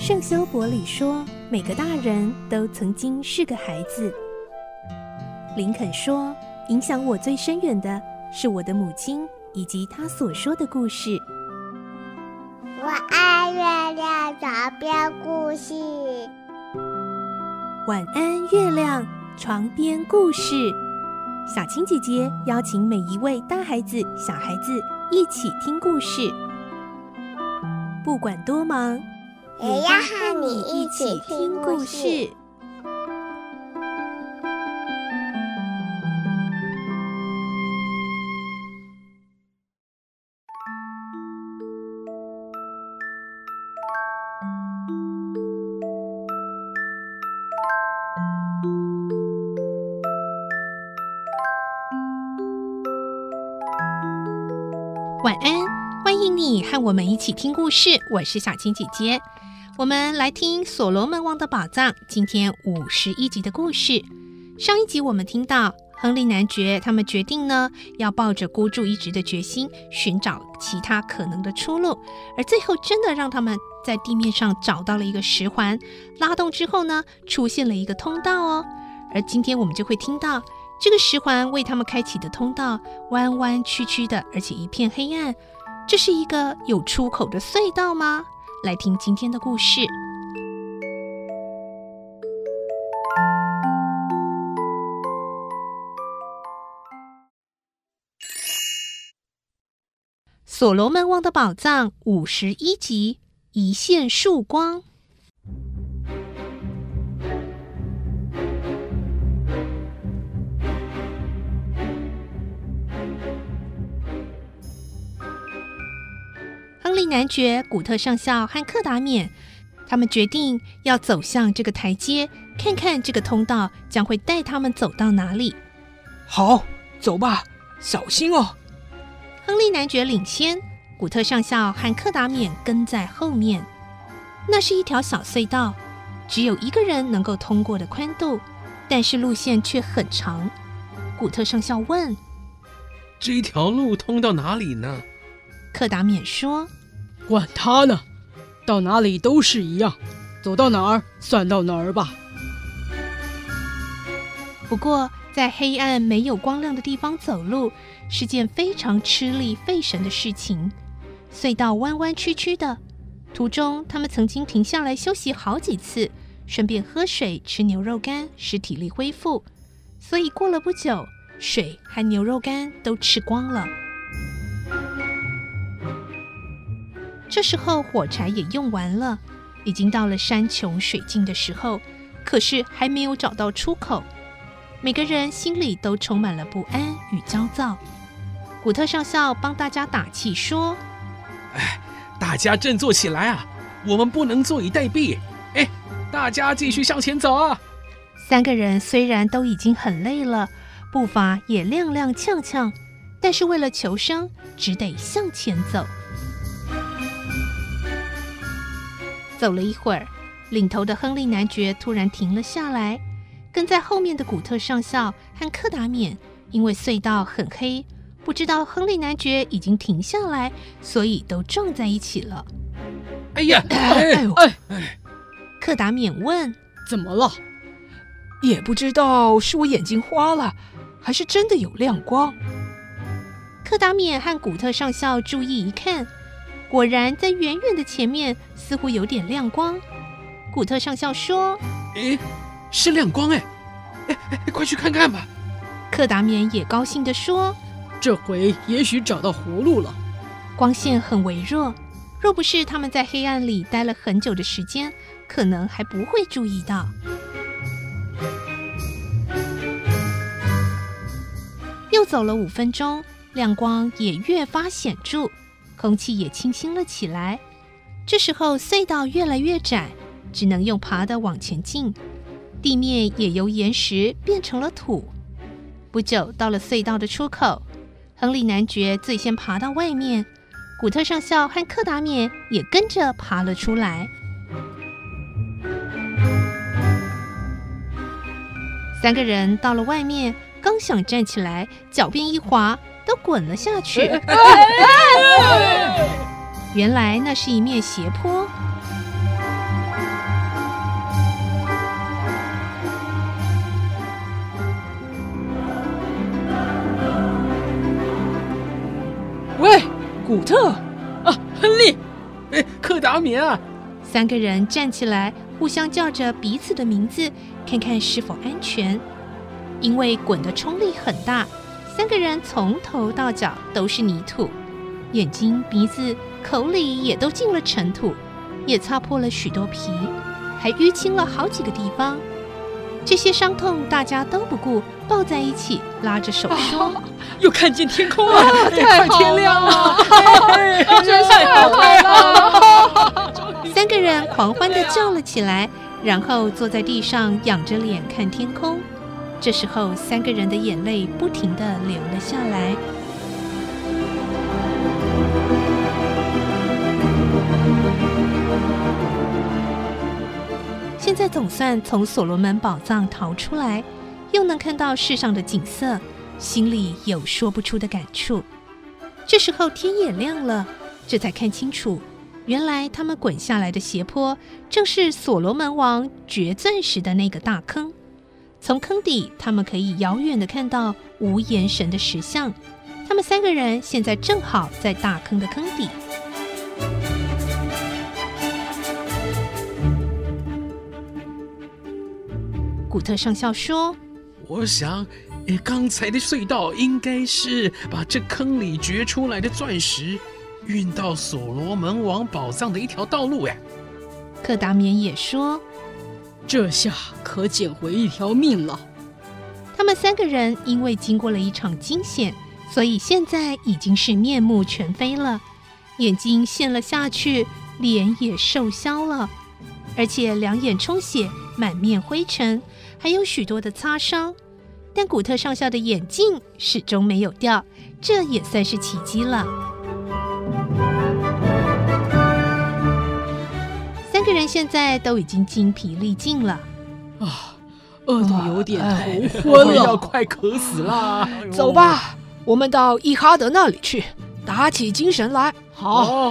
圣修伯里说，每个大人都曾经是个孩子。林肯说，影响我最深远的是我的母亲以及她所说的故事。 我爱月亮床边故事。 晚安，月亮床边故事。小青姐姐邀请每一位大孩子、小孩子一起听故事，不管多忙， 也要和你一起听故事。 晚安，欢迎你和我们一起听故事，我是小青姐姐。我们来听所罗门王的宝藏，今天51集的故事。上一集我们听到亨利男爵他们决定呢，要抱着孤注一掷的决心，寻找其他可能的出路，而最后真的让他们在地面上找到了一个石环，拉动之后呢，出现了一个通道哦。而今天我们就会听到这个石环为他们开启的通道弯弯曲曲的，而且一片黑暗。这是一个有出口的隧道吗？来听今天的故事。所罗门王的宝藏51集，一线曙光。亨利男爵、古特上校和克达冕，他们决定要走向这个台阶，看看这个通道将会带他们走到哪里。 好，走吧，小心哦。 亨利男爵领先，古特上校和克达冕跟在后面。那是一条小隧道，只有一个人能够通过的宽度，但是路线却很长。古特上校问： 这条路通到哪里呢？ 克达冕说： 管他呢，到哪里都是一样，走到哪儿算到哪儿吧。 不过在黑暗没有光亮的地方走路是件非常吃力费神的事情。隧道弯弯曲曲的，途中他们曾经停下来休息好几次，顺便喝水吃牛肉干使体力恢复，所以过了不久，水和牛肉干都吃光了。这时候火柴也用完了，已经到了山穷水尽的时候，可是还没有找到出口。每个人心里都充满了不安与焦躁。古特上校帮大家打气说： 大家振作起来啊，我们不能坐以待毙。大家继续向前走啊。 3个人虽然都已经很累了，步伐也踉踉跄跄，但是为了求生，只得向前走。走了一会儿，领头的亨利男爵突然停了下来，跟在后面的古特上校和克达冕因为隧道很黑，不知道亨利男爵已经停下来，所以都撞在一起了。 哎呀， 克达冕问： 怎么了？ 也不知道是我眼睛花了，还是真的有亮光。 克达冕和古特上校注意一看，果然在远远的前面似乎有点亮光。古特上校说： 是亮光快去看看吧。 克达冕也高兴地说： 这回也许找到活路了。 光线很微弱，若不是他们在黑暗里待了很久的时间，可能还不会注意到。又走了5分钟，亮光也越发显著，空气也清新了起来。这时候隧道越来越窄，只能用爬的往前进，地面也由岩石变成了土。不久到了隧道的出口，亨利男爵最先爬到外面，古特上校和克达冕也跟着爬了出来。3个人到了外面，刚想站起来，脚边一滑，都滚了下去。原来那是一面斜坡。 古特啊，亨利， 哎，克达棉啊！ 3个人站起来，互相叫着彼此的名字，看看是否安全。因为滚的冲力很大，3个人从头到脚都是泥土，眼睛、鼻子、口里也都进了尘土，也擦破了许多皮，还淤青了好几个地方。这些伤痛大家都不顾，抱在一起，拉着手说：“ 又看见天空了， 快天亮了！ 真是太好了 ！”3个人狂欢地叫了起来，然后坐在地上，仰着脸看天空。这时候，3个人的眼泪不停地流了下来。现在总算从所罗门宝藏逃出来，又能看到世上的景色，心里有说不出的感触。这时候天也亮了，这才看清楚，原来他们滚下来的斜坡正是所罗门王掘钻石的那个大坑。从坑底，他们可以遥远地看到无言神的石像。他们3个人现在正好在大坑的坑底。古特上校说：“ 我想，刚才的隧道应该是把这坑里掘出来的钻石运到所罗门王宝藏的一条道路。” 克达棉也说：“ 这下可捡回一条命了。” 他们3个人因为经过了一场惊险，所以现在已经是面目全非了，眼睛陷了下去，脸也瘦削了，而且两眼充血，满面灰尘，还有许多的擦伤。但古特上校的眼镜始终没有掉，这也算是奇迹了。3个人现在都已经精疲力尽了啊，饿得有点头昏了， 要快渴死了。 走吧，我们到伊哈德那里去，打起精神来。 好。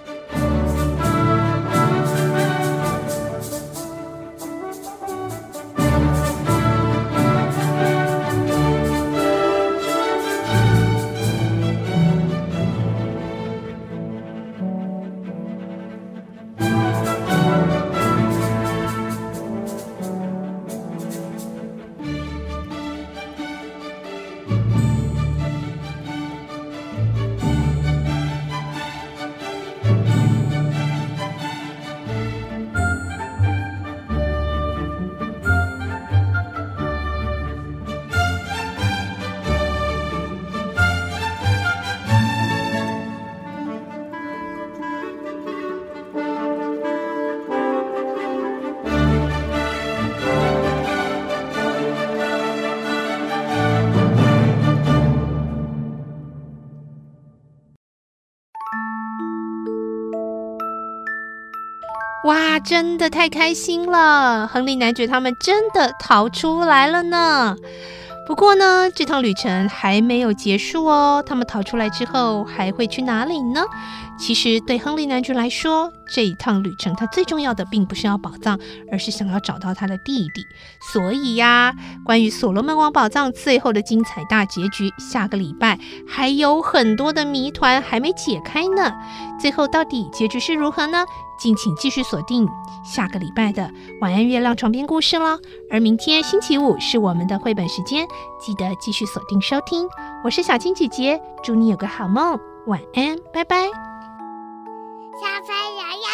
哇，真的太开心了！亨利男爵他们真的逃出来了呢。不过呢，这趟旅程还没有结束哦。他们逃出来之后还会去哪里呢？其实对亨利男爵来说，这一趟旅程他最重要的并不是要宝藏，而是想要找到他的弟弟。所以呀，关于所罗门王宝藏最后的精彩大结局，下个礼拜还有很多的谜团还没解开呢。最后到底结局是如何呢？敬请继续锁定下个礼拜的晚安月亮床边故事咯。而明天星期五是我们的绘本时间，记得继续锁定收听。我是小青姐姐，祝你有个好梦，晚安，拜拜。 小朋友